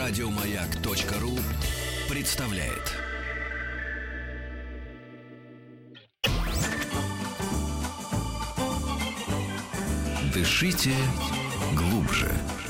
Радиомаяк.ру представляет. Дышите глубже.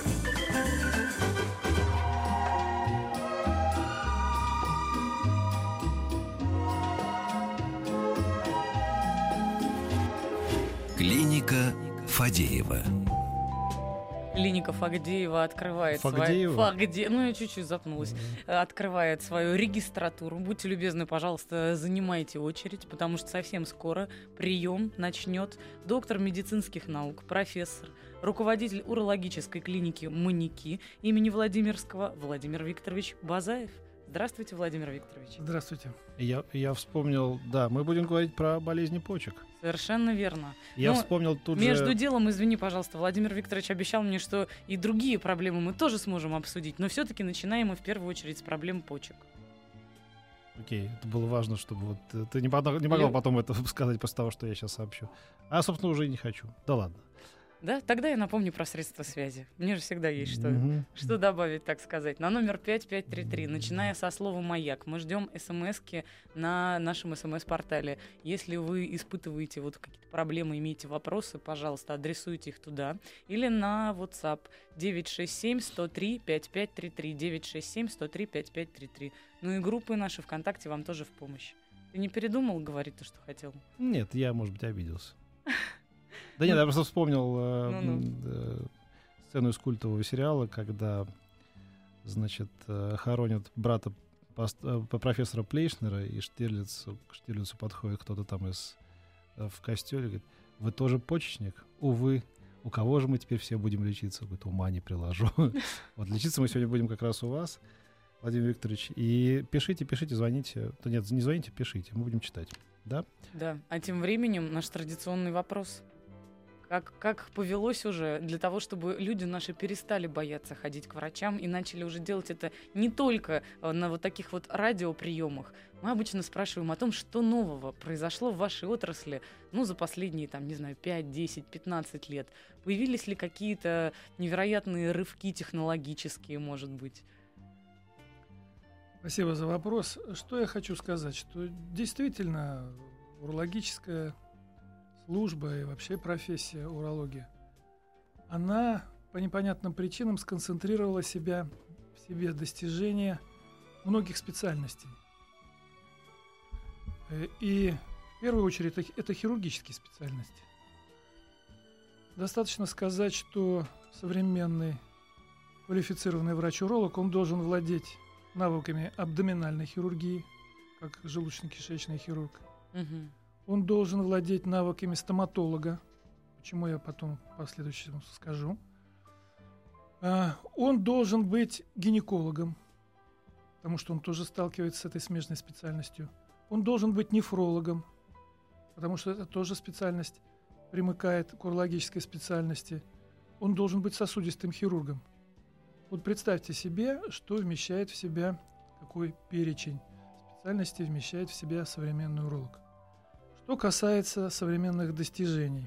Клиника Фадеева. Клиника Фагдеева открывает я чуть-чуть запнулась. Открывает свою регистратуру. Будьте любезны, пожалуйста, занимайте очередь, потому что совсем скоро прием начнет доктор медицинских наук, профессор, руководитель урологической клиники «Маньяки» имени Владимирского Владимир Викторович Базаев. Здравствуйте, Владимир Викторович. Здравствуйте. Я вспомнил, мы будем говорить про болезни почек. Совершенно верно. Я вспомнил тут между делом, извини, пожалуйста, Владимир Викторович обещал мне, что и другие проблемы мы тоже сможем обсудить, но все-таки начинаем мы в первую очередь с проблем почек. Окей, это было важно, чтобы ты не могла потом это сказать после того, что я сейчас сообщу. А, собственно, уже и не хочу. Да ладно. Да, тогда я напомню про средства связи. Мне же всегда есть что добавить, так сказать. На номер 5533, начиная со слова «Маяк», мы ждем смски на нашем смс-портале. Если вы испытываете какие-то проблемы, имеете вопросы, пожалуйста, адресуйте их туда. Или на WhatsApp 967-103-5533, 967-103-5533. Ну и группы наши ВКонтакте вам тоже в помощь. Ты не передумал говорить то, что хотел? Нет, я, может быть, обиделся. Да нет, я просто вспомнил сцену из культового сериала, когда, хоронят брата профессора Плейшнера, и к Штирлицу подходит кто-то там в костеле, говорит: вы тоже почечник? Увы. У кого же мы теперь все будем лечиться? Говорит: ума не приложу. Вот лечиться мы сегодня будем как раз у вас, Владимир Викторович. И пишите, звоните. Да нет, не звоните, пишите, мы будем читать. Да? Да. А тем временем наш традиционный вопрос. Как повелось уже для того, чтобы люди наши перестали бояться ходить к врачам и начали уже делать это не только на таких радиоприемах. Мы обычно спрашиваем о том, что нового произошло в вашей отрасли, за последние, 5, 10, 15 лет. Появились ли какие-то невероятные рывки технологические, может быть? Спасибо за вопрос. Что я хочу сказать, что действительно урологическая служба и вообще профессия урология, она по непонятным причинам сконцентрировала в себе достижения многих специальностей. И в первую очередь это хирургические специальности. Достаточно сказать, что современный квалифицированный врач-уролог, он должен владеть навыками абдоминальной хирургии, как желудочно-кишечный хирург. Угу. Он должен владеть навыками стоматолога, почему я потом последующему скажу. Он должен быть гинекологом, потому что он тоже сталкивается с этой смежной специальностью. Он должен быть нефрологом, потому что это тоже специальность примыкает к урологической специальности. Он должен быть сосудистым хирургом. Вот представьте себе, что вмещает в себя, какой перечень специальностей вмещает в себя современный уролог. Что касается современных достижений.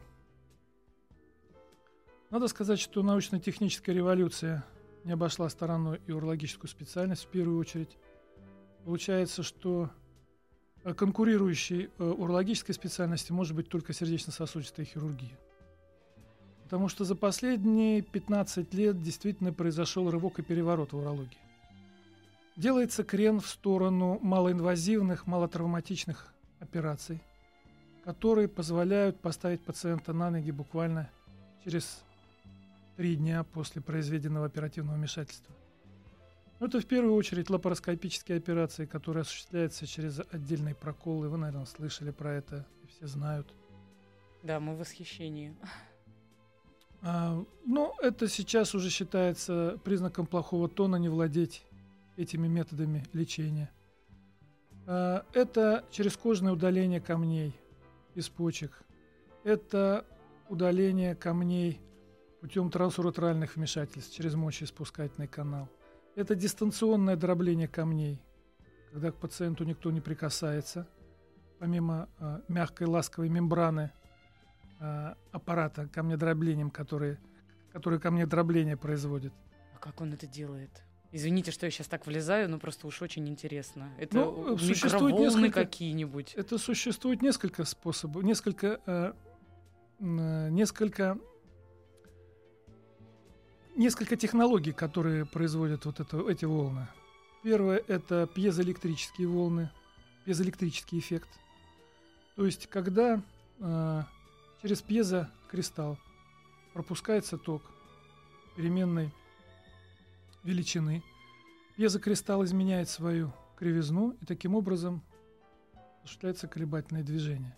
Надо сказать, что научно-техническая революция не обошла стороной и урологическую специальность в первую очередь. Получается, что конкурирующей урологической специальности может быть только сердечно-сосудистая хирургия. Потому что за последние 15 лет действительно произошел рывок и переворот в урологии. Делается крен в сторону малоинвазивных, малотравматичных операций, которые позволяют поставить пациента на ноги буквально через 3 дня после произведенного оперативного вмешательства. Это в первую очередь лапароскопические операции, которые осуществляются через отдельные проколы. Вы, наверное, слышали про это, и все знают. Да, мы в восхищении. Это сейчас уже считается признаком плохого тона не владеть этими методами лечения. Это черезкожное удаление камней из почек. Это удаление камней путем трансуретральных вмешательств через мочеиспускательный канал. Это дистанционное дробление камней, когда к пациенту никто не прикасается, помимо мягкой ласковой мембраны аппарата камнедроблением, который камнедробление производит. А как он это делает? Извините, что я сейчас так влезаю, но просто уж очень интересно. Это Ну, существует микроволны какие-нибудь? Это существует несколько способов, несколько технологий, которые производят эти волны. Первое — это пьезоэлектрические волны, пьезоэлектрический эффект. То есть, когда через пьезокристалл пропускается ток переменной величины, пьезокристалл изменяет свою кривизну, и таким образом осуществляется колебательное движение.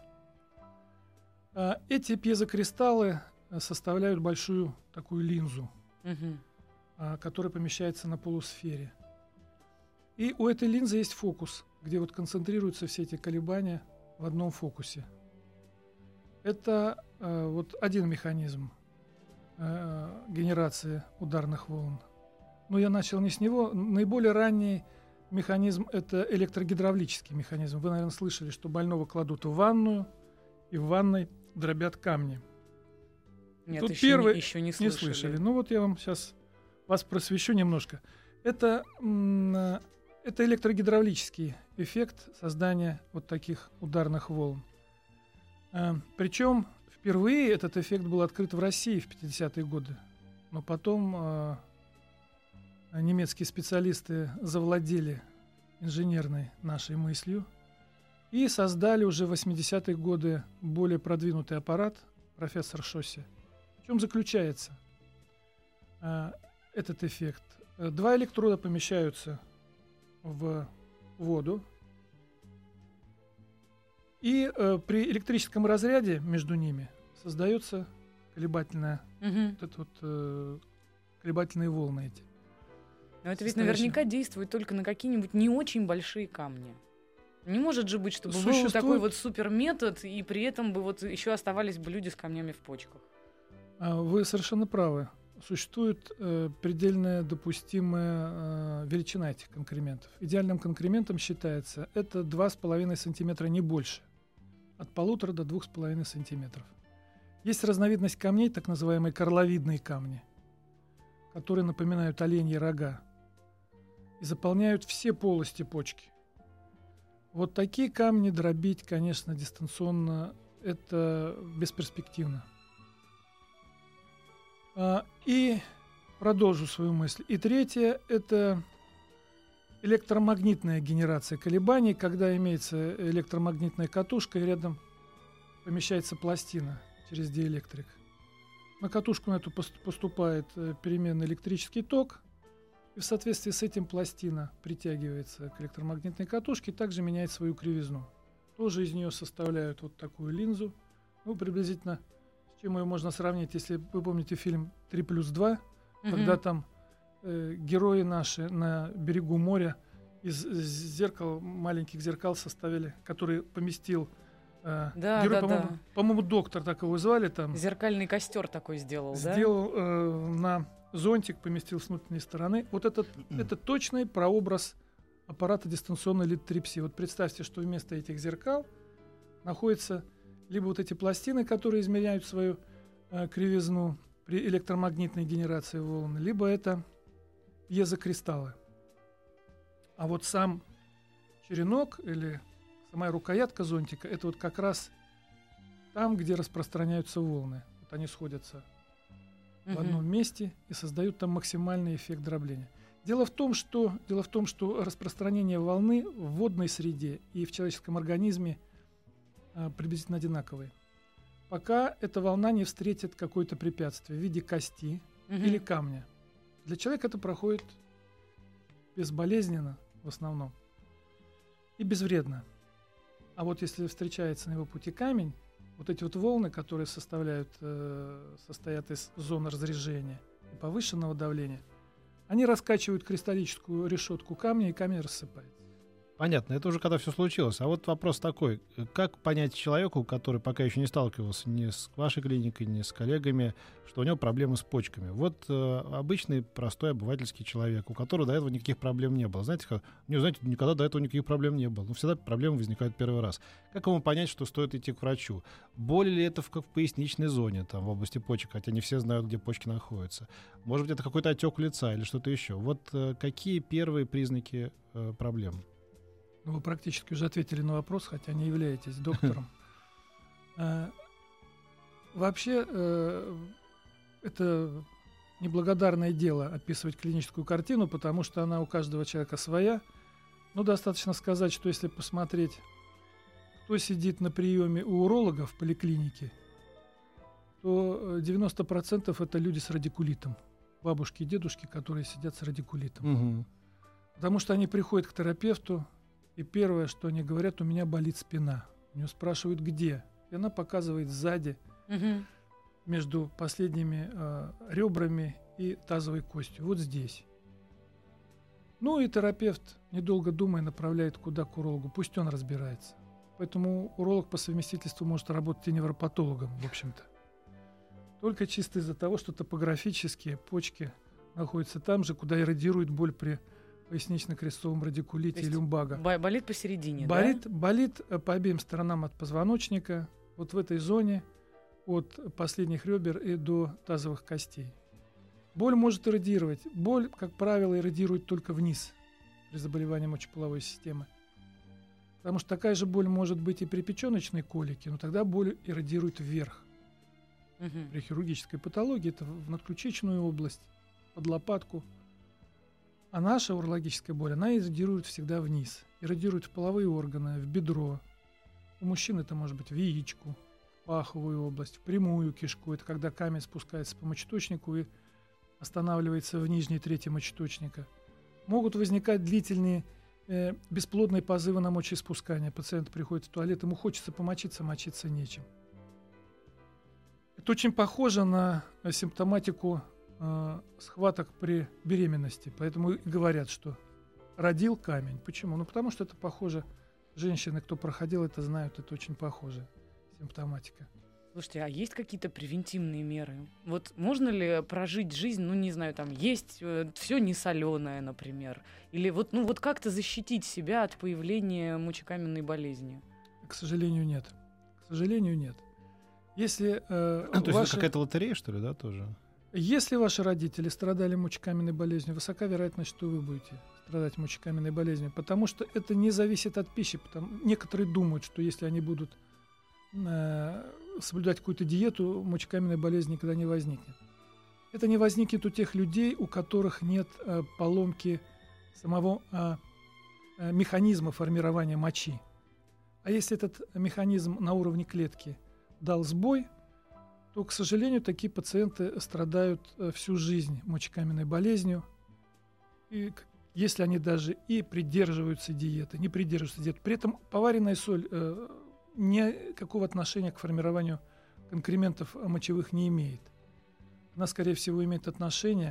Эти пьезокристаллы составляют большую такую линзу, которая помещается на полусфере. И у этой линзы есть фокус, где вот концентрируются все эти колебания в одном фокусе. Это вот один механизм генерации ударных волн. Но я начал не с него. Наиболее ранний механизм — это электрогидравлический механизм. Вы, наверное, слышали, что больного кладут в ванную, и в ванной дробят камни. Нет, тут еще не слышали. Ну вот я вам сейчас вас просвещу немножко. Это электрогидравлический эффект создания вот таких ударных волн. Причем впервые этот эффект был открыт в России в 50-е годы. Но потом немецкие специалисты завладели инженерной нашей мыслью и создали уже в 80-е годы более продвинутый аппарат, профессор Шоссе. В чем заключается этот эффект? Два электрода помещаются в воду, и при электрическом разряде между ними создается колебательные волны эти. Но это ведь наверняка действует только на какие-нибудь не очень большие камни. Не может же быть, чтобы был такой вот суперметод, и при этом бы вот еще оставались бы люди с камнями в почках. Вы совершенно правы. Существует предельная допустимая величина этих конкрементов. Идеальным конкрементом считается это 2,5 сантиметра, не больше. От 1,5 до 2,5 сантиметров. Есть разновидность камней, так называемые карловидные камни, которые напоминают оленьи рога и заполняют все полости почки. Вот такие камни дробить, конечно, дистанционно это бесперспективно. И продолжу свою мысль. И третье — это электромагнитная генерация колебаний, когда имеется электромагнитная катушка и рядом помещается пластина через диэлектрик. На катушку на эту поступает переменный электрический ток, и в соответствии с этим пластина притягивается к электромагнитной катушке и также меняет свою кривизну. Тоже из нее составляют вот такую линзу. Ну, приблизительно, с чем ее можно сравнить, если вы помните фильм «3+2», когда там герои наши на берегу моря из зеркал, маленьких зеркал составили, который поместил герой, по-моему, доктор, так его звали там. Зеркальный костер такой сделал, да? Сделал на зонтик, поместил с внутренней стороны. Вот это точный прообраз аппарата дистанционной литотрипсии. Вот представьте, что вместо этих зеркал находятся либо вот эти пластины, которые измеряют свою кривизну при электромагнитной генерации волн, либо это пьезокристаллы. А вот сам черенок или сама рукоятка зонтика — это вот как раз там, где распространяются волны. Вот они сходятся в одном месте и создают там максимальный эффект дробления. Дело в том, что распространение волны в водной среде и в человеческом организме приблизительно одинаковые. Пока эта волна не встретит какое-то препятствие в виде кости или камня. Для человека это проходит безболезненно в основном и безвредно. А вот если встречается на его пути камень, вот эти вот волны, которые состоят из зон разрежения и повышенного давления, они раскачивают кристаллическую решетку камня, и камень рассыпается. Понятно, это уже когда все случилось. А вот вопрос такой. Как понять человеку, который пока еще не сталкивался ни с вашей клиникой, ни с коллегами, что у него проблемы с почками? Вот обычный, простой, обывательский человек, у которого до этого никаких проблем не было. Знаете, никогда до этого никаких проблем не было. Но всегда проблемы возникают первый раз. Как ему понять, что стоит идти к врачу? Боль ли это в поясничной зоне, там, в области почек, хотя не все знают, где почки находятся? Может быть, это какой-то отек лица или что-то еще? Вот какие первые признаки проблем? Вы практически уже ответили на вопрос, хотя не являетесь доктором. Вообще, это неблагодарное дело описывать клиническую картину, потому что она у каждого человека своя. Но достаточно сказать, что если посмотреть, кто сидит на приеме у уролога в поликлинике, то 90% это люди с радикулитом. Бабушки и дедушки, которые сидят с радикулитом. Угу. Потому что они приходят к терапевту, и первое, что они говорят, у меня болит спина. У нее спрашивают, где. И она показывает сзади, между последними ребрами и тазовой костью. Вот здесь. Ну и терапевт, недолго думая, направляет куда к урологу. Пусть он разбирается. Поэтому уролог по совместительству может работать и невропатологом, в общем-то. Только чисто из-за того, что топографические почки находятся там же, куда иррадирует боль при пояснично-крестцовом радикулите и люмбага. Болит посередине, болит по обеим сторонам от позвоночника, вот в этой зоне, от последних ребер и до тазовых костей. Боль может иррадировать. Боль, как правило, иррадирует только вниз при заболевании мочеполовой системы. Потому что такая же боль может быть и при печёночной колике, но тогда боль иррадирует вверх. При хирургической патологии это в надключичную область, под лопатку. А наша урологическая боль, она иррадирует всегда вниз. Иррадирует в половые органы, в бедро. У мужчин это может быть в яичку, в паховую область, в прямую кишку. Это когда камень спускается по мочеточнику и останавливается в нижней трети мочеточника. Могут возникать длительные бесплодные позывы на мочеиспускание. Пациент приходит в туалет, ему хочется помочиться, мочиться нечем. Это очень похоже на симптоматику схваток при беременности. Поэтому и говорят, что родил камень. Почему? Ну, потому что это похоже. Женщины, кто проходил это, знают, это очень похоже. Симптоматика. Слушайте, а есть какие-то превентивные меры? Вот можно ли прожить жизнь, ну, не знаю, там, есть все несоленое, например? Или вот, ну, вот как-то защитить себя от появления мочекаменной болезни? К сожалению, нет. К сожалению, нет. Если То есть это какая-то лотерея, что ли, да, тоже? Если ваши родители страдали мочекаменной болезнью, высока вероятность, что вы будете страдать мочекаменной болезнью, потому что это не зависит от пищи. Некоторые думают, что если они будут соблюдать какую-то диету, мочекаменная болезнь никогда не возникнет. Это не возникнет у тех людей, у которых нет поломки самого механизма формирования мочи. А если этот механизм на уровне клетки дал сбой, то, к сожалению, такие пациенты страдают всю жизнь мочекаменной болезнью. И если они даже и придерживаются диеты, не придерживаются диеты. При этом поваренная соль никакого отношения к формированию конкрементов мочевых не имеет. Она, скорее всего, имеет отношение,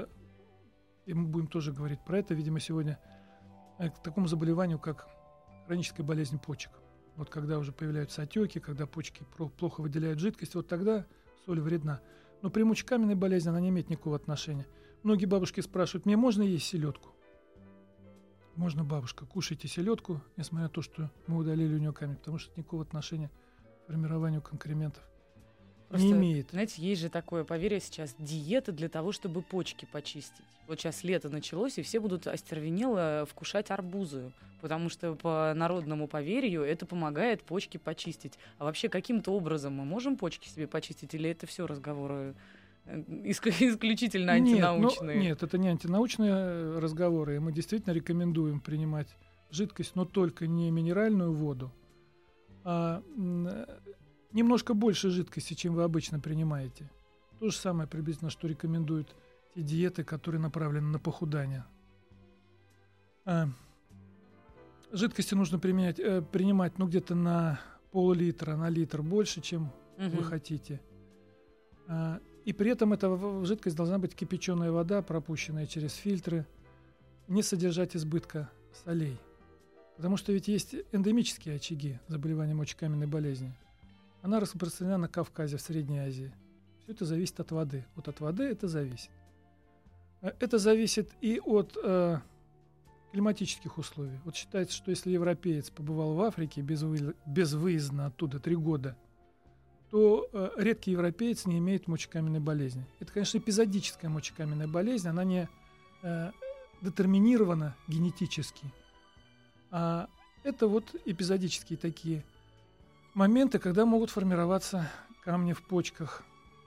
и мы будем тоже говорить про это, видимо, сегодня, к такому заболеванию, как хроническая болезнь почек. Вот когда уже появляются отеки, когда почки плохо выделяют жидкость, вот тогда соль вредна. Но при мочекаменной болезни она не имеет никакого отношения. Многие бабушки спрашивают, мне можно есть селедку? Можно, бабушка, кушайте селедку, несмотря на то, что мы удалили у нее камень, потому что никакого отношения к формированию конкрементов не имеет. Знаете, есть же такое поверье сейчас, диета для того, чтобы почки почистить. Вот сейчас лето началось, и все будут остервенело вкушать арбузы, потому что по народному поверью это помогает почки почистить. А вообще каким-то образом мы можем почки себе почистить, или это все разговоры исключительно антинаучные? Нет, это не антинаучные разговоры. Мы действительно рекомендуем принимать жидкость, но только не минеральную воду, а немножко больше жидкости, чем вы обычно принимаете. То же самое приблизительно, что рекомендуют те диеты, которые направлены на похудание. Жидкости нужно принимать где-то на пол-литра, на литр больше, чем вы хотите. И при этом эта жидкость должна быть кипяченая вода, пропущенная через фильтры, не содержать избытка солей. Потому что ведь есть эндемические очаги заболевания мочекаменной болезни. Она распространена на Кавказе, в Средней Азии. Все это зависит от воды. Вот от воды это зависит. Это зависит и от климатических условий. Вот считается, что если европеец побывал в Африке безвыездно оттуда 3 года, то редкий европеец не имеет мочекаменной болезни. Это, конечно, эпизодическая мочекаменная болезнь, она не детерминирована генетически. А это вот эпизодические такие моменты, когда могут формироваться камни в почках.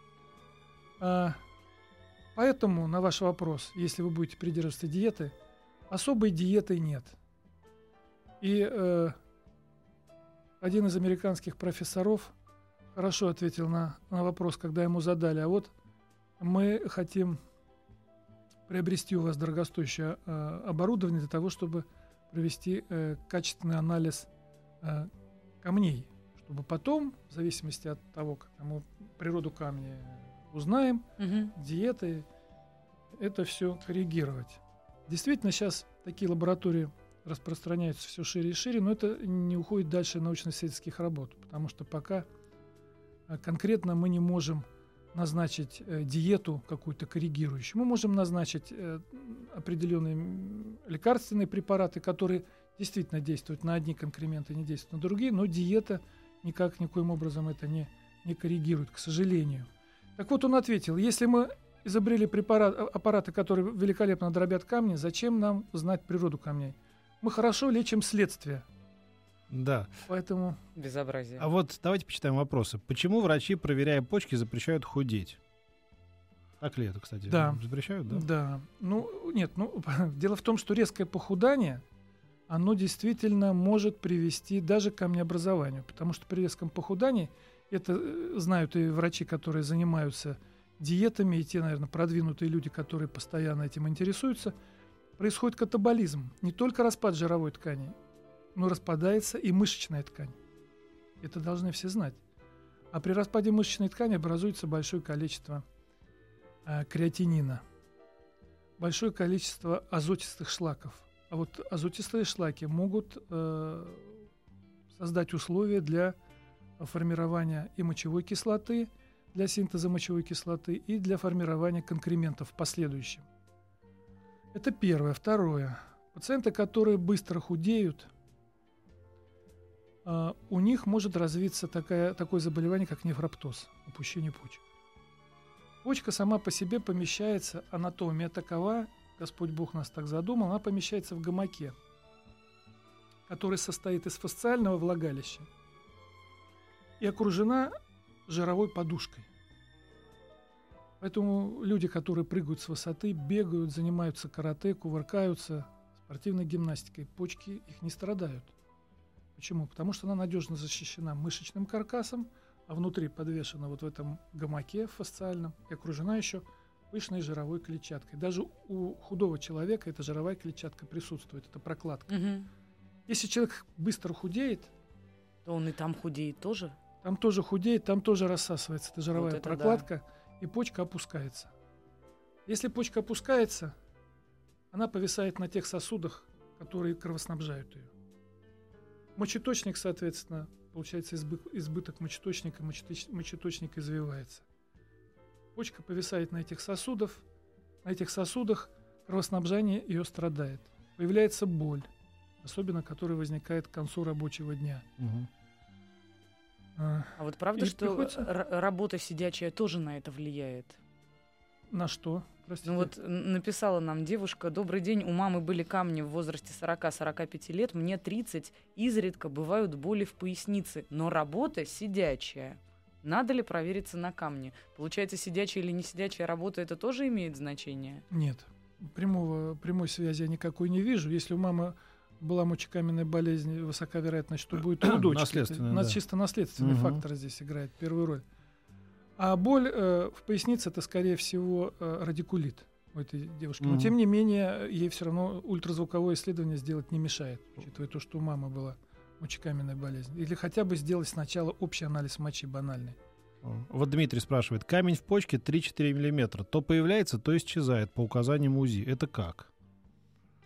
Поэтому на ваш вопрос, если вы будете придерживаться диеты, особой диеты нет. И один из американских профессоров хорошо ответил на вопрос, когда ему задали: а вот мы хотим приобрести у вас дорогостоящее оборудование для того, чтобы провести качественный анализ камней, чтобы потом, в зависимости от того, как мы природу камня узнаем, диеты, это все коррегировать. Действительно, сейчас такие лаборатории распространяются все шире и шире, но это не уходит дальше научно-исследовательских работ, потому что пока конкретно мы не можем назначить диету какую-то коррегирующую. Мы можем назначить определенные лекарственные препараты, которые действительно действуют на одни конкременты, не действуют на другие, но диета никоим образом это не коррегирует, к сожалению. Так вот, он ответил: если мы изобрели аппараты, которые великолепно дробят камни, зачем нам знать природу камней? Мы хорошо лечим следствие. Да. Поэтому... Безобразие. А вот давайте почитаем вопросы. Почему врачи, проверяя почки, запрещают худеть? Так ли это, кстати? Да. Запрещают, да? Да. Нет, дело в том, что резкое похудание, оно действительно может привести даже к камнеобразованию, потому что при резком похудании, это знают и врачи, которые занимаются диетами, и те, наверное, продвинутые люди, которые постоянно этим интересуются, происходит катаболизм. Не только распад жировой ткани, но распадается и мышечная ткань. Это должны все знать. А при распаде мышечной ткани образуется большое количество креатинина, большое количество азотистых шлаков. А вот азотистые шлаки могут создать условия для формирования и мочевой кислоты, для синтеза мочевой кислоты и для формирования конкрементов в последующем. Это первое. Второе. Пациенты, которые быстро худеют, у них может развиться такое заболевание, как нефроптоз, опущение почек. Почка сама по себе помещается, анатомия такова, Господь Бог нас так задумал, она помещается в гамаке, который состоит из фасциального влагалища и окружена жировой подушкой. Поэтому люди, которые прыгают с высоты, бегают, занимаются карате, кувыркаются, спортивной гимнастикой, почки их не страдают. Почему? Потому что она надежно защищена мышечным каркасом, а внутри подвешена вот в этом гамаке фасциальном и окружена еще пышной жировой клетчаткой. Даже у худого человека эта жировая клетчатка присутствует, это прокладка. Угу. Если человек быстро худеет, то он и там худеет тоже? Там тоже худеет, там тоже рассасывается эта жировая вот прокладка, и почка опускается. Если почка опускается, она повисает на тех сосудах, которые кровоснабжают ее. Мочеточник, соответственно, получается избыток мочеточника, мочеточник извивается. Почка повисает на этих сосудах кровоснабжение ее страдает. Появляется боль, особенно которая возникает к концу рабочего дня. Угу. А вот правда, что работа сидячая тоже на это влияет? На что? Простите. Ну вот написала нам девушка: добрый день, у мамы были камни в возрасте 40-45 лет, мне 30, изредка бывают боли в пояснице, но работа сидячая. Надо ли провериться на камни? Получается, сидячая или не сидячая работа, это тоже имеет значение? Нет, прямой связи я никакой не вижу. Если у мамы была мочекаменная болезнь, высока вероятность, что будет у дочки. Наследственный, да. Чисто наследственный фактор здесь играет первую роль. А боль в пояснице — это, скорее всего, радикулит у этой девушки. Но, тем не менее, ей все равно ультразвуковое исследование сделать не мешает, учитывая то, что у мамы была мочекаменная болезнь. Или хотя бы сделать сначала общий анализ мочи банальный. Вот Дмитрий спрашивает: камень в почке 3-4 мм. То появляется, то исчезает по указаниям УЗИ. Это как?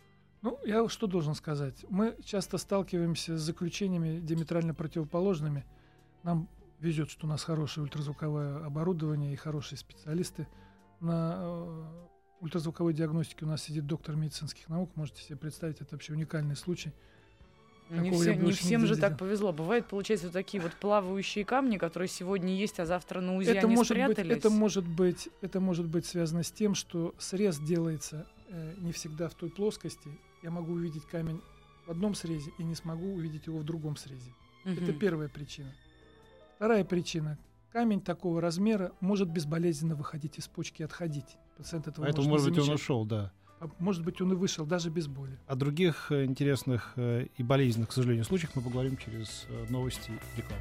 Ну, я что должен сказать? Мы часто сталкиваемся с заключениями диаметрально противоположными. Нам везет, что у нас хорошее ультразвуковое оборудование и хорошие специалисты. На ультразвуковой диагностике у нас сидит доктор медицинских наук. Можете себе представить, это вообще уникальный случай. Не всем же так повезло. Бывает, получается, вот такие вот плавающие камни, которые сегодня есть, а завтра на УЗИ они спрятались. Это может быть связано с тем, что срез делается не всегда в той плоскости. Я могу увидеть камень в одном срезе и не смогу увидеть его в другом срезе. Это первая причина. Вторая причина. Камень такого размера может безболезненно выходить из почки и отходить. Пациент этого может быть, он ушел, да. Может быть, он и вышел, даже без боли. О других интересных и болезненных, к сожалению, случаях мы поговорим через новости и рекламу.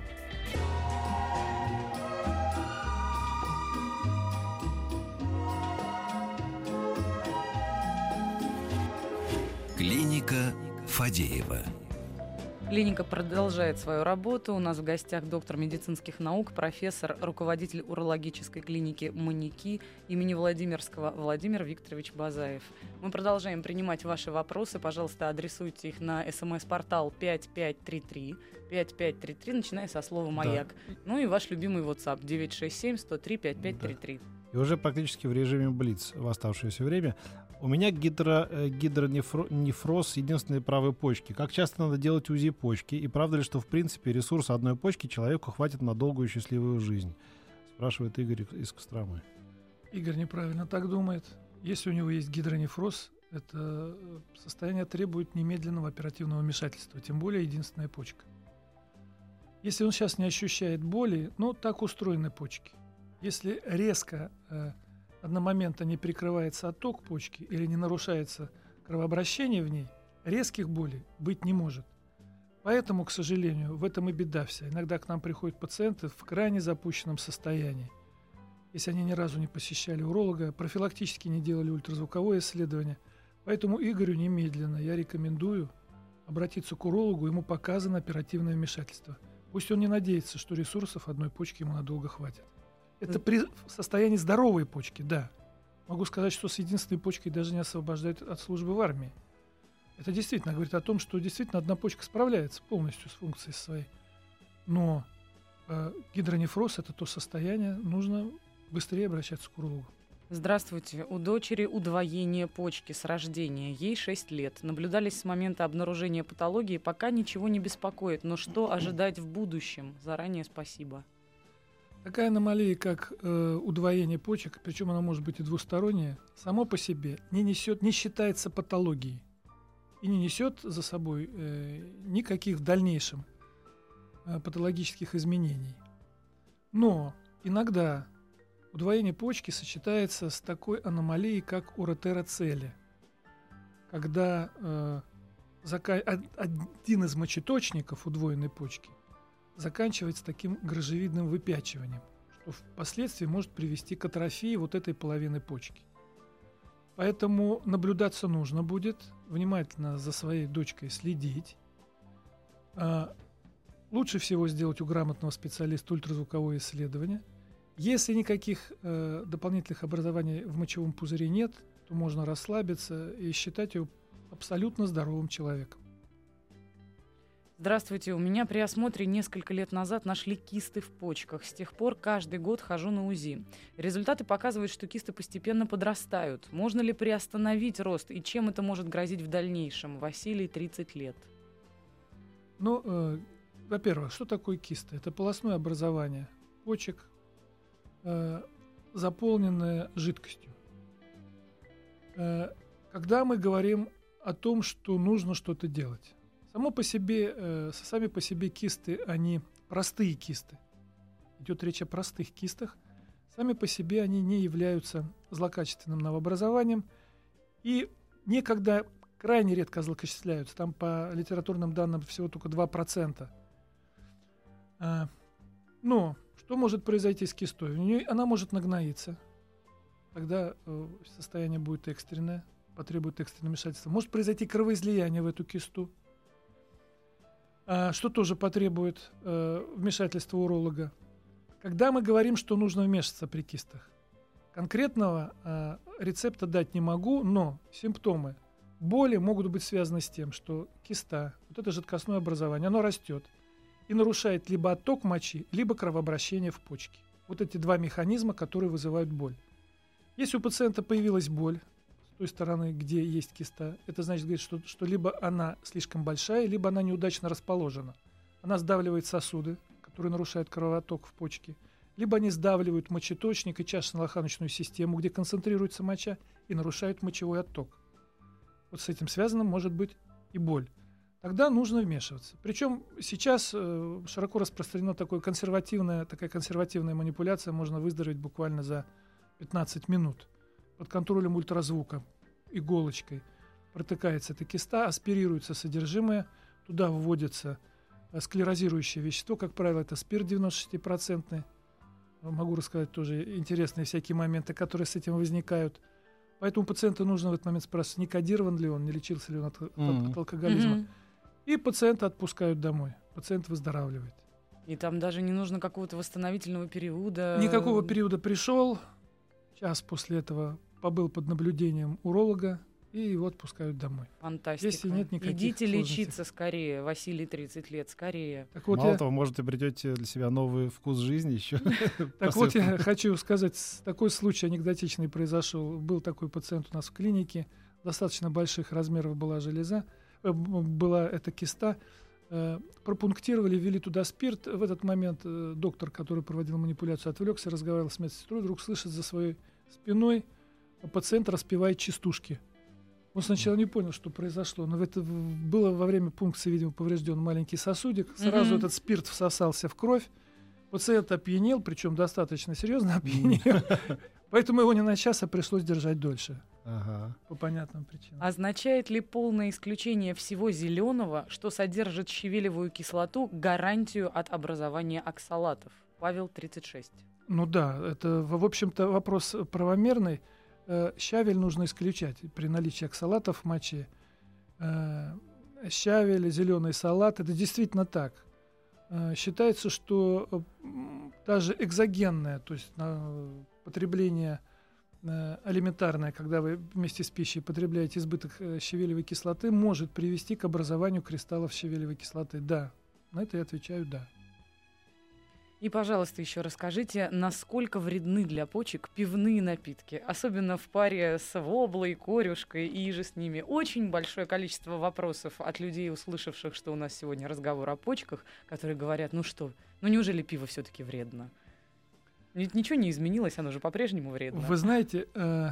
Клиника Фадеева. Клиника продолжает свою работу. У нас в гостях доктор медицинских наук, профессор, руководитель урологической клиники «Маньяки» имени Владимирского Владимир Викторович Базаев. Мы продолжаем принимать ваши вопросы. Пожалуйста, адресуйте их на СМС-портал 5533, 5533, начиная со слова «Маяк». Да. Ну и ваш любимый WhatsApp 967-103-5533. Да. И уже практически в режиме блиц в оставшееся время. У меня гидронефроз единственной правой почки. Как часто надо делать УЗИ почки? И правда ли, что в принципе ресурса одной почки человеку хватит на долгую счастливую жизнь? Спрашивает Игорь из Костромы. Игорь неправильно так думает. Если у него есть гидронефроз, это состояние требует немедленного оперативного вмешательства, тем более единственная почка. Если он сейчас не ощущает боли, так устроены почки. Если резко одномоментно не прикрывается отток почки или не нарушается кровообращение в ней, резких болей быть не может. Поэтому, к сожалению, в этом и беда вся. Иногда к нам приходят пациенты в крайне запущенном состоянии. Если они ни разу не посещали уролога, профилактически не делали ультразвуковое исследование. Поэтому Игорю немедленно я рекомендую обратиться к урологу, ему показано оперативное вмешательство. Пусть он не надеется, что ресурсов одной почки ему надолго хватит. Это при состоянии здоровой почки, да. Могу сказать, что с единственной почкой даже не освобождают от службы в армии. Это действительно говорит о том, что действительно одна почка справляется полностью с функцией своей. Но гидронефроз – это то состояние, нужно быстрее обращаться к урологу. Здравствуйте. У дочери удвоение почки с рождения. Ей 6 лет. Наблюдались с момента обнаружения патологии. Пока ничего не беспокоит. Но что ожидать в будущем? Заранее спасибо. Такая аномалия, как удвоение почек, причем она может быть и двусторонняя, само по себе не считается патологией и не несет за собой никаких в дальнейшем патологических изменений. Но иногда удвоение почки сочетается с такой аномалией, как уретероцелия, когда один из мочеточников удвоенной почки заканчивается таким грыжевидным выпячиванием, что впоследствии может привести к атрофии вот этой половины почки. Поэтому наблюдаться нужно будет, внимательно за своей дочкой следить. Лучше всего сделать у грамотного специалиста ультразвуковое исследование. Если никаких дополнительных образований в мочевом пузыре нет, то можно расслабиться и считать ее абсолютно здоровым человеком. Здравствуйте. У меня при осмотре несколько лет назад нашли кисты в почках. С тех пор каждый год хожу на УЗИ. Результаты показывают, что кисты постепенно подрастают. Можно ли приостановить рост и чем это может грозить в дальнейшем? Василий, 30 лет. Во-первых, что такое кисты? Это полостное образование почек, заполненное жидкостью. Когда мы говорим о том, что нужно что-то делать, сами по себе кисты, они простые кисты. Идет речь о простых кистах. Сами по себе они не являются злокачественным новообразованием и никогда крайне редко злокачествляются. Там по литературным данным всего только 2%. Но что может произойти с кистой? Она может нагноиться. Тогда состояние будет экстренное, потребует экстренного вмешательства. Может произойти кровоизлияние в эту кисту, что тоже потребует вмешательства уролога. Когда мы говорим, что нужно вмешаться при кистах, конкретного рецепта дать не могу, но симптомы Боли могут быть связаны с тем, что киста, вот это жидкостное образование, оно растет и нарушает либо отток мочи, либо кровообращение в почки. Вот эти два механизма, которые вызывают боль. Если у пациента появилась боль с той стороны, где есть киста, это значит, говорит, что либо она слишком большая, либо она неудачно расположена. Она сдавливает сосуды, которые нарушают кровоток в почке, либо они сдавливают мочеточник и чашечно-лоханочную систему, где концентрируется моча, и нарушают мочевой отток. Вот с этим связано может быть и боль. Тогда нужно вмешиваться. Причем сейчас широко распространена такая консервативная манипуляция, можно выздороветь буквально за 15 минут. Под контролем ультразвука, иголочкой протыкается эта киста, аспирируется содержимое, туда вводится склерозирующее вещество, как правило, это спирт 96%. Могу рассказать тоже интересные всякие моменты, которые с этим возникают. Поэтому пациенту нужно в этот момент спрашивать, не кодирован ли он, не лечился ли он от алкоголизма. И пациента отпускают домой. Пациент выздоравливает. И там даже не нужно какого-то восстановительного периода. Никакого периода. Пришел, час после этого побыл под наблюдением уролога, и его отпускают домой. Фантастика. Если нет никаких Идите сложностей. лечиться скорее, Василий, 30 лет, скорее. Так вот Мало того, может, обретете для себя новый вкус жизни еще. Так вот, я хочу сказать, такой случай анекдотичный произошел. Был такой пациент у нас в клинике, достаточно больших размеров была железа, была эта киста. Пропунктировали, ввели туда спирт. В этот момент доктор, который проводил манипуляцию, отвлекся, разговаривал с медсестрой, вдруг слышит за своей спиной, пациент распевает частушки. Он сначала не понял, что произошло, но это было во время пункции, видимо, поврежден маленький сосудик. Сразу этот спирт всосался в кровь. Пациент опьянел, причем достаточно серьезно опьянел. Поэтому его не на час, а пришлось держать дольше. По понятным причинам. Означает ли полное исключение всего зеленого, что содержит щавелевую кислоту, гарантию от образования оксалатов? Павел, 36. Ну да, это, в общем-то, вопрос правомерный. Щавель нужно исключать при наличии оксалатов в моче. Щавель, зеленый салат, это действительно так. Считается, что даже экзогенное, то есть потребление алиментарное, когда вы вместе с пищей потребляете избыток щавелевой кислоты, может привести к образованию кристаллов щавелевой кислоты. Да, на это я отвечаю «да». И, пожалуйста, еще расскажите, насколько вредны для почек пивные напитки, особенно в паре с воблой, корюшкой и же с ними. Очень большое количество вопросов от людей, услышавших, что у нас сегодня разговор о почках, которые говорят, ну что, ну неужели пиво все-таки вредно? Ведь ничего не изменилось, оно же по-прежнему вредно. Вы знаете,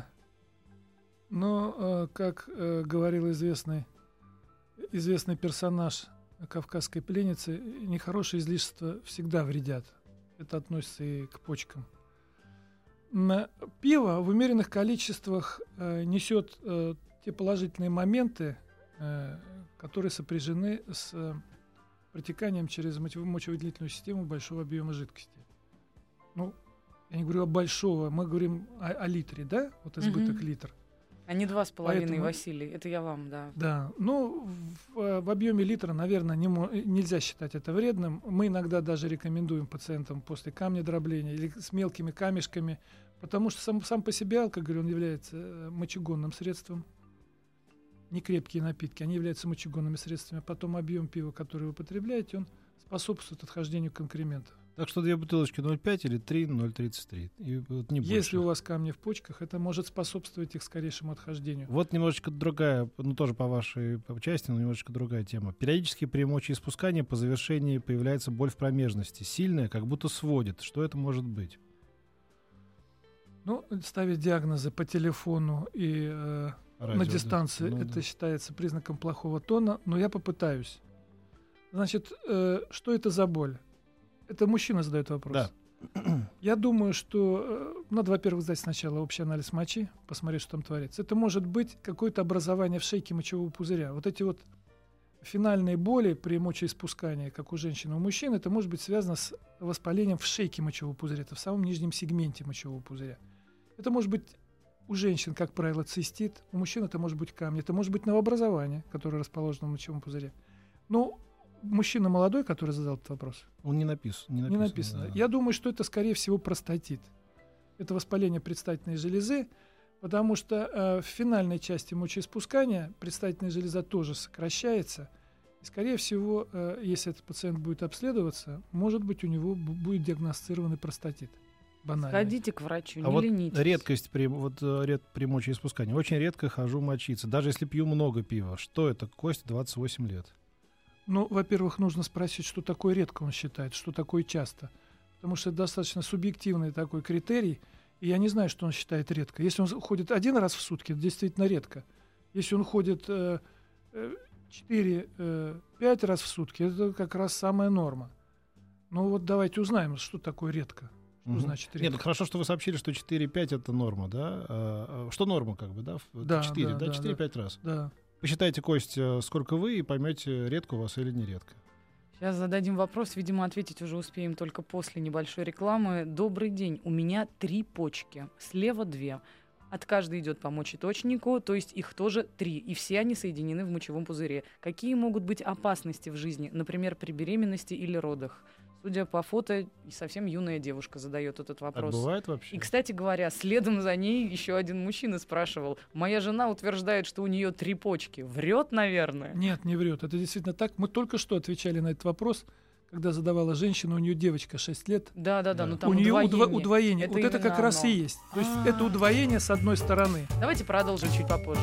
как говорил известный персонаж кавказской пленницы, нехорошие излишества всегда вредят. Это относится и к почкам. Пиво в умеренных количествах несет те положительные моменты, которые сопряжены с протеканием через мочевыделительную систему большого объема жидкости. Ну, я не говорю о большого, мы говорим о литре, да? Вот избыток литр. А не 2,5, Поэтому, Василий, это я вам, да. Да, ну, в объеме литра, наверное, нельзя считать это вредным. Мы иногда даже рекомендуем пациентам после камнедробления или с мелкими камешками, потому что сам по себе алкоголь, он является мочегонным средством. Некрепкие напитки, они являются мочегонными средствами. А потом объем пива, который вы употребляете, он способствует отхождению конкрементов. Так что 2 бутылочки 0,5 или 3 0,33. И вот не Если больше. у вас камни в почках, это может способствовать их скорейшему отхождению. Вот немножечко другая, ну тоже по вашей части, но немножечко другая тема. Периодически при мочеиспускании по завершении появляется боль в промежности. Сильная, как будто сводит. Что это может быть? Ну, ставить диагнозы по телефону и на дистанции, да. Ну, это да. считается признаком плохого тона, но я попытаюсь. Значит, что это за боль? Это мужчина задает вопрос. Да. Я думаю, что надо, во-первых, сдать сначала общий анализ мочи, посмотреть, что там творится. Это может быть какое-то образование в шейке мочевого пузыря. Вот эти вот финальные боли при мочеиспускании, как у женщин и у мужчин, это может быть связано с воспалением в шейке мочевого пузыря, это в самом нижнем сегменте мочевого пузыря. Это может быть у женщин, как правило, цистит, у мужчин это может быть камни, это может быть новообразование, которое расположено в мочевом пузыре. Но мужчина молодой, который задал этот вопрос, Он не написан. не написано. Да. Я думаю, что это, скорее всего, простатит. Это воспаление предстательной железы. Потому что в финальной части мочеиспускания предстательная железа тоже сокращается. И, скорее всего, если этот пациент будет обследоваться, может быть, у него будет диагностированный простатит. Банальный. Сходите к врачу, не вот ленитесь. редкость при мочеиспускании. Очень редко хожу мочиться. Даже если пью много пива. Что это? Кость 28 лет. Ну, во-первых, нужно спросить, что такое редко он считает, что такое часто. Потому что это достаточно субъективный такой критерий. И я не знаю, что он считает редко. Если он ходит 1 раз в сутки, это действительно редко. Если он ходит 4-5 раз в сутки, это как раз самая норма. Ну вот давайте узнаем, что такое редко. Что значит редко? Нет, ну хорошо, что вы сообщили, что 4-5 это норма, да? Что норма, как бы, да? 4, да? 4-5 раз. Да. Посчитайте, Кость, сколько вы, и поймете, редко у вас или не редко. Сейчас зададим вопрос, видимо, ответить уже успеем только после небольшой рекламы. Добрый день, у меня 3 почки, слева 2. От каждой идет по мочеточнику, то есть их тоже 3, и все они соединены в мочевом пузыре. Какие могут быть опасности в жизни, например, при беременности или родах? Судя по фото, и совсем юная девушка задает этот вопрос. Так бывает вообще? И, кстати говоря, следом за ней еще один мужчина спрашивал. Моя жена утверждает, что у нее 3 почки. Врет, наверное? Нет, не врет. Это действительно так. Мы только что отвечали на этот вопрос, когда задавала женщина, у нее девочка 6 лет. Да. Ну там у нее удвоение. удвоение. Вот это как именно раз оно. и есть. То есть это удвоение с одной стороны. Давайте продолжим чуть попозже.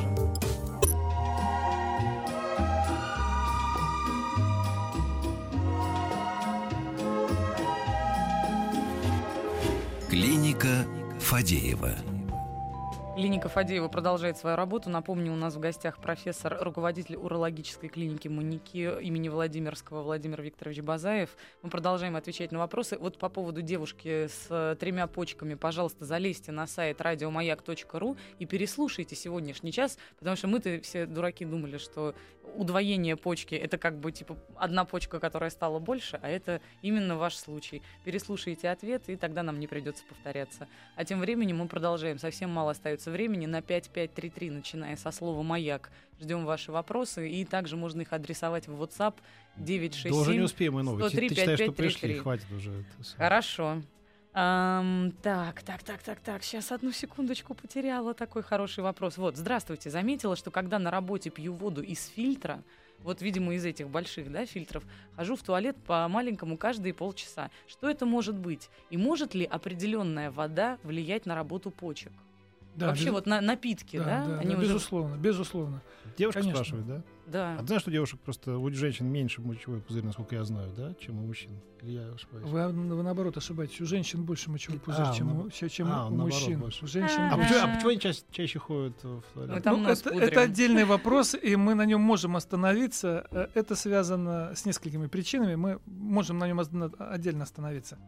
Клиника Фадеева. Клиника Фадеева продолжает свою работу. Напомню, у нас в гостях профессор, руководитель урологической клиники МУНИКИ имени Владимирского Владимир Викторович Базаев. Мы продолжаем отвечать на вопросы. Вот по поводу девушки с 3 почками, пожалуйста, залезьте на сайт радиомаяк.ру и переслушайте сегодняшний час, потому что мы-то все дураки думали, что удвоение почки — это как бы типа 1 почка, которая стала больше, а это именно ваш случай. Переслушайте ответ, и тогда нам не придется повторяться. А тем временем мы продолжаем. Совсем мало остается времени. На 5533, начиная со слова «Маяк». Ждем ваши вопросы, и также можно их адресовать в WhatsApp 967 Да уже не успеем иного. 103 Ты считаешь, что 5533. пришли, хватит уже. Хорошо. Так. Сейчас одну секундочку потеряла. Такой хороший вопрос. Вот, здравствуйте. Заметила, что когда на работе пью воду из фильтра, вот, видимо, из этих больших, да, фильтров, хожу в туалет по маленькому каждые полчаса. Что это может быть? И может ли определенная вода влиять на работу почек? Да, Вообще вот напитки, да? Они уже... безусловно. Девушка Конечно. спрашивает, да? Да. А ты знаешь, что девушек просто у женщин меньше мочевой пузырь, насколько я знаю, да, чем у мужчин? Или я ошибаюсь? Вы наоборот ошибаетесь. У женщин больше мочевой пузырь, чем у наоборот мужчин. больше. У женщин А больше. почему они чаще ходят в туалет? Ну, там нос пудрим. Это отдельный вопрос, и мы на нем можем остановиться. Это связано с несколькими причинами. Мы можем на нем отдельно остановиться.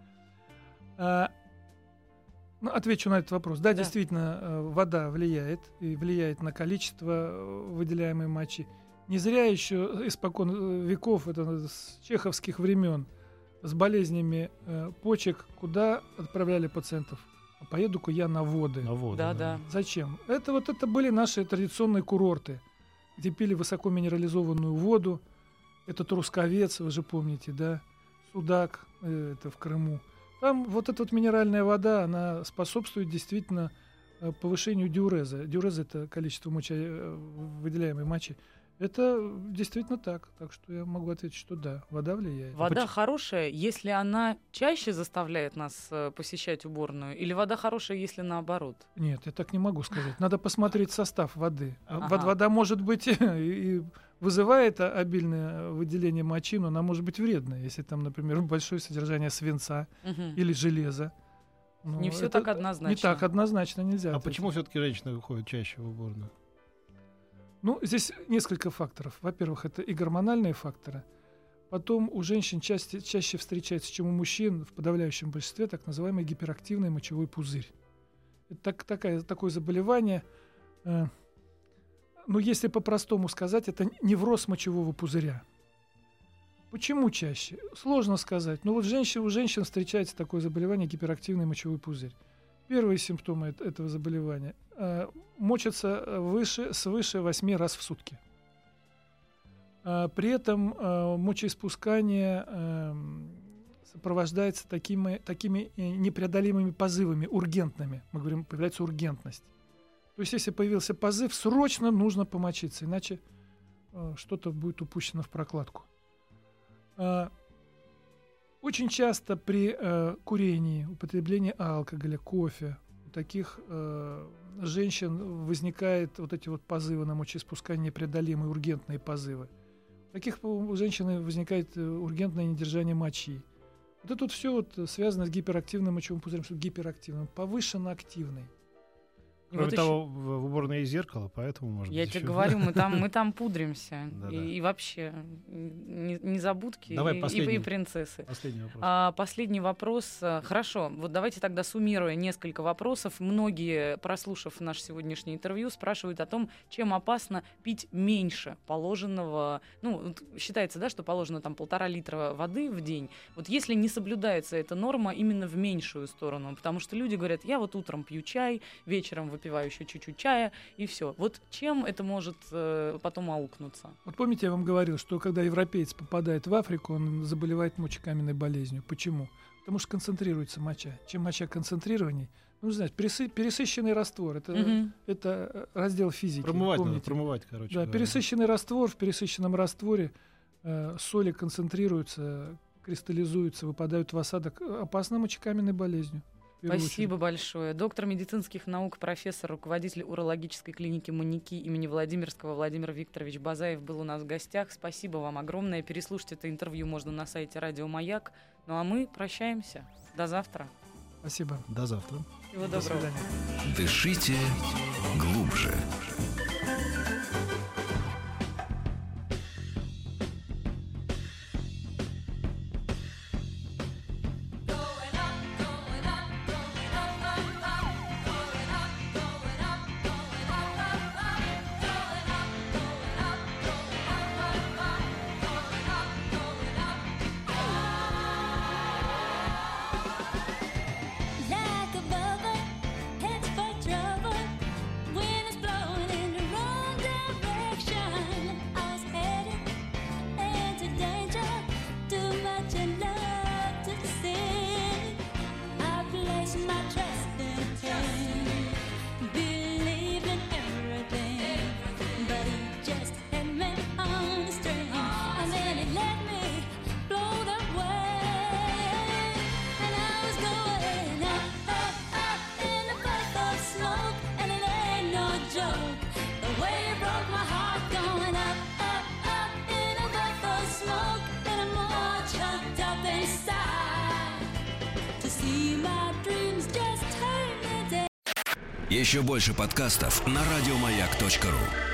Отвечу на этот вопрос. Да, действительно, вода влияет, и влияет на количество выделяемой мочи. Не зря еще испокон веков, это с чеховских времен, с болезнями почек, куда отправляли пациентов? Поеду-ка я на воды. На воду, Да. Зачем? Это были наши традиционные курорты, где пили высоко минерализованную воду. Это Трусковец, вы же помните, да? Судак, это в Крыму. Там вот эта вот минеральная вода, она способствует действительно повышению диуреза. Диурез — это количество выделяемой мочи. Это действительно так. Так что я могу ответить, что да, вода влияет. Вода хорошая, если она чаще заставляет нас посещать уборную, или вода хорошая, если наоборот? Нет, я так не могу сказать. Надо посмотреть состав воды. Ага. Вода может быть и вызывает обильное выделение мочи, но она может быть вредная, если там, например, большое содержание свинца или железа. Ну, не все так однозначно. Не так однозначно нельзя. А почему все-таки женщины ходят чаще в уборную? Ну, здесь несколько факторов. Во-первых, это и гормональные факторы. Потом у женщин чаще встречается, чем у мужчин, в подавляющем большинстве, так называемый гиперактивный мочевой пузырь. Это такое заболевание, если по-простому сказать, это невроз мочевого пузыря. Почему чаще? Сложно сказать. Но вот у женщин встречается такое заболевание, гиперактивный мочевой пузырь. Первые симптомы этого заболевания мочатся свыше 8 раз в сутки. При этом мочеиспускание сопровождается такими непреодолимыми позывами, ургентными. Мы говорим, появляется ургентность. То есть если появился позыв, срочно нужно помочиться, иначе что-то будет упущено в прокладку. Очень часто при курении, употреблении алкоголя, кофе, у таких женщин возникают вот эти вот позывы на мочеиспускание, непреодолимые ургентные позывы. У таких у женщин возникает ургентное недержание мочи. Вот это вот все вот связано с гиперактивным мочевым пузырем, гиперактивным, повышенно активный. Кроме вот того, в уборной есть зеркало, поэтому можно. Я тебе говорю, мы там пудримся. И вообще незабудки и принцессы. Последний вопрос. Последний вопрос. Хорошо, вот давайте тогда суммируя несколько вопросов. Многие, прослушав наше сегодняшнее интервью, спрашивают о том, чем опасно пить меньше положенного. Ну, считается, да, что положено там 1,5 литра воды в день. Вот если не соблюдается эта норма именно в меньшую сторону, потому что люди говорят, я вот утром пью чай, вечером выпиваю еще чуть-чуть чая, и все. Вот чем это может потом аукнуться? Вот помните, я вам говорил, что когда европеец попадает в Африку, он заболевает мочекаменной болезнью. Почему? Потому что концентрируется моча. Чем моча концентрированней, ну, знаете, пересыщенный раствор. Это раздел физики. Промывать, короче. Да, пересыщенный раствор. В пересыщенном растворе соли концентрируются, кристаллизуются, выпадают в осадок. Опасно мочекаменной болезнью. Спасибо большое. Доктор медицинских наук, профессор, руководитель урологической клиники «Маньяки» имени Владимирского Владимир Викторович Базаев был у нас в гостях. Спасибо вам огромное. Переслушать это интервью можно на сайте «Радио Маяк». Ну а мы прощаемся. До завтра. Спасибо. До завтра. Всего доброго. До свидания. Дышите глубже. Еще больше подкастов на радиомаяк.ру.